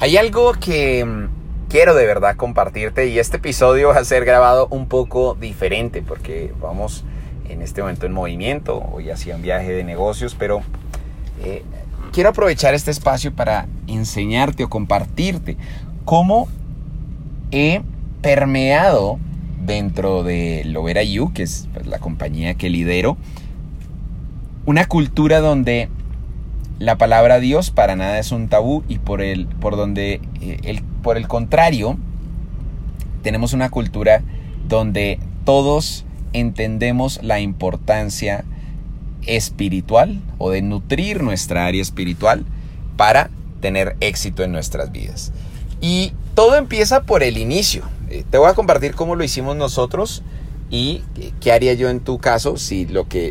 Hay algo que quiero de verdad compartirte, y este episodio va a ser grabado un poco diferente porque vamos en este momento en movimiento. Hoy hacía un viaje de negocios, pero quiero aprovechar este espacio para enseñarte o compartirte cómo he permeado dentro de Lovera You, que es la compañía que lidero, una cultura donde la palabra Dios para nada es un tabú, y por el contrario, tenemos una cultura donde todos entendemos la importancia espiritual o de nutrir nuestra área espiritual para tener éxito en nuestras vidas. Y todo empieza por el inicio. Te voy a compartir cómo lo hicimos nosotros y qué haría yo en tu caso si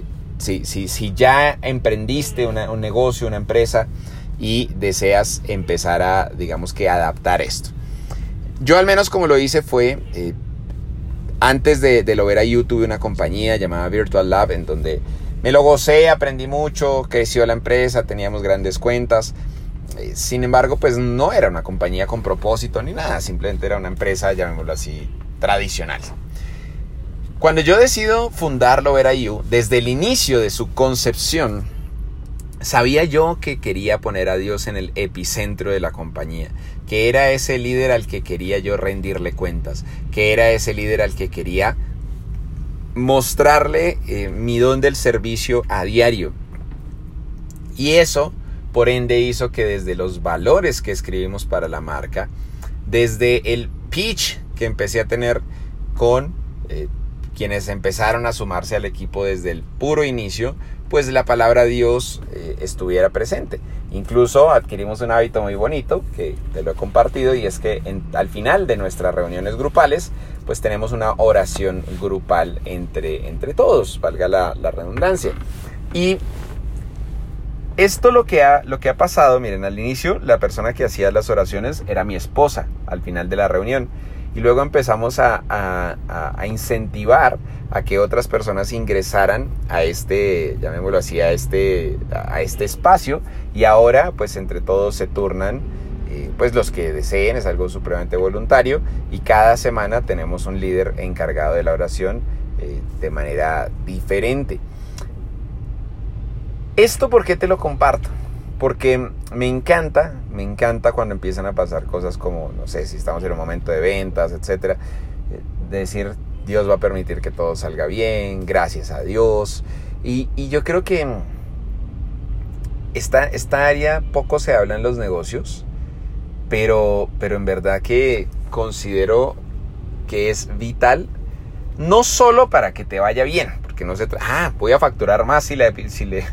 ya emprendiste un negocio, una empresa y deseas empezar a, digamos que, adaptar esto. Yo al menos como lo hice fue, antes de Lovera You tuve una compañía llamada Virtual Lab en donde me lo gocé, aprendí mucho, creció la empresa, teníamos grandes cuentas. Sin embargo, pues no era una compañía con propósito ni nada, simplemente era una empresa, llamémoslo así, tradicional. Cuando yo decido fundar Lovera You, desde el inicio de su concepción, sabía yo que quería poner a Dios en el epicentro de la compañía, que era ese líder al que quería yo rendirle cuentas, que era ese líder al que quería mostrarle mi don del servicio a diario. Y eso, por ende, hizo que desde los valores que escribimos para la marca, desde el pitch que empecé a tener con quienes empezaron a sumarse al equipo desde el puro inicio, pues la palabra Dios estuviera presente. Incluso adquirimos un hábito muy bonito que te lo he compartido, y es que al final de nuestras reuniones grupales pues tenemos una oración grupal entre todos, valga la redundancia. Y esto lo que ha pasado, miren, al inicio la persona que hacía las oraciones era mi esposa al final de la reunión. Y luego empezamos a incentivar a que otras personas ingresaran a este, llamémoslo así, a este espacio. Y ahora, pues entre todos se turnan, pues los que deseen, es algo supremamente voluntario. Y cada semana tenemos un líder encargado de la oración de manera diferente. ¿Esto por qué te lo comparto? Porque me encanta cuando empiezan a pasar cosas como, no sé, si estamos en un momento de ventas, etcétera, de decir, Dios va a permitir que todo salga bien, gracias a Dios. Y yo creo que esta área poco se habla en los negocios, pero en verdad que considero que es vital, no solo para que te vaya bien, porque no se voy a facturar más si le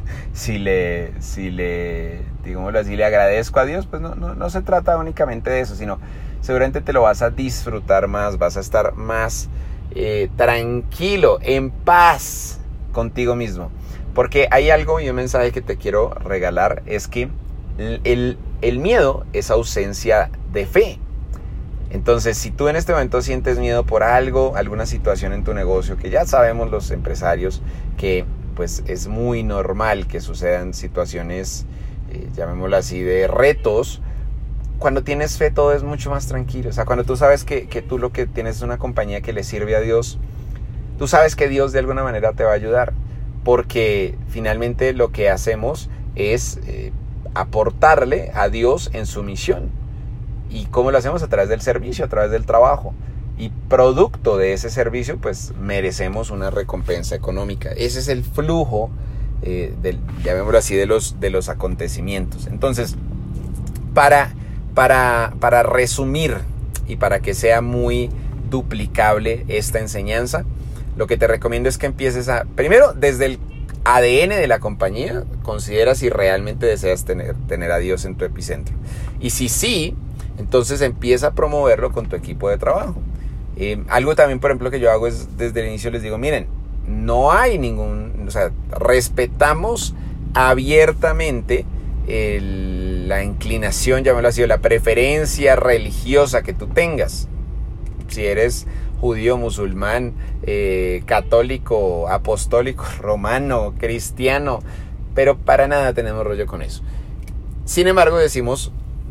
digámoslo así, le agradezco a Dios. Pues no se trata únicamente de eso, sino seguramente te lo vas a disfrutar más, vas a estar más tranquilo, en paz contigo mismo. Porque hay algo y un mensaje que te quiero regalar, es que el miedo es ausencia de fe. Entonces, si tú en este momento sientes miedo por algo, alguna situación en tu negocio, que ya sabemos los empresarios que pues es muy normal que sucedan situaciones, llamémoslo así, de retos, cuando tienes fe todo es mucho más tranquilo. O sea, cuando tú sabes que tú lo que tienes es una compañía que le sirve a Dios, tú sabes que Dios de alguna manera te va a ayudar, porque finalmente lo que hacemos es aportarle a Dios en su misión. ¿Y cómo lo hacemos? A través del servicio, a través del trabajo. Y producto de ese servicio, pues merecemos una recompensa económica. Ese es el flujo, llamémoslo así, de los acontecimientos. Entonces, para resumir y para que sea muy duplicable esta enseñanza, lo que te recomiendo es que empieces primero, desde el ADN de la compañía, considera si realmente deseas tener a Dios en tu epicentro. Y si sí, entonces empieza a promoverlo con tu equipo de trabajo. Algo también, por ejemplo, que yo hago es, desde el inicio les digo, miren, no hay respetamos abiertamente la inclinación, llamémoslo así, o la preferencia religiosa que tú tengas. Si eres judío, musulmán, católico, apostólico, romano, cristiano, pero para nada tenemos rollo con eso. Sin embargo, decimos,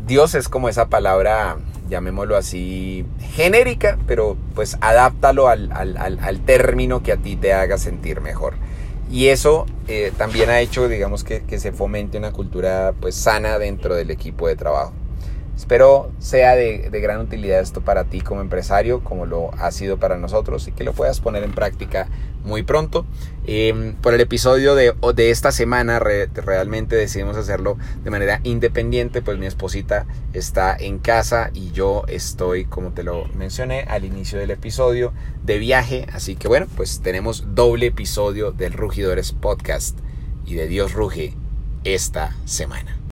Dios es como esa palabra, llamémoslo así, genérica, pero pues adáptalo al término que a ti te haga sentir mejor. Y eso también ha hecho, digamos, que se fomente una cultura pues sana dentro del equipo de trabajo. Espero sea de gran utilidad esto para ti como empresario, como lo ha sido para nosotros, y que lo puedas poner en práctica muy pronto. Por el episodio de esta semana realmente decidimos hacerlo de manera independiente, pues mi esposita está en casa y yo estoy, como te lo mencioné al inicio del episodio, de viaje. Así que bueno, pues tenemos doble episodio del Rugidores Podcast y de Dios Ruge esta semana.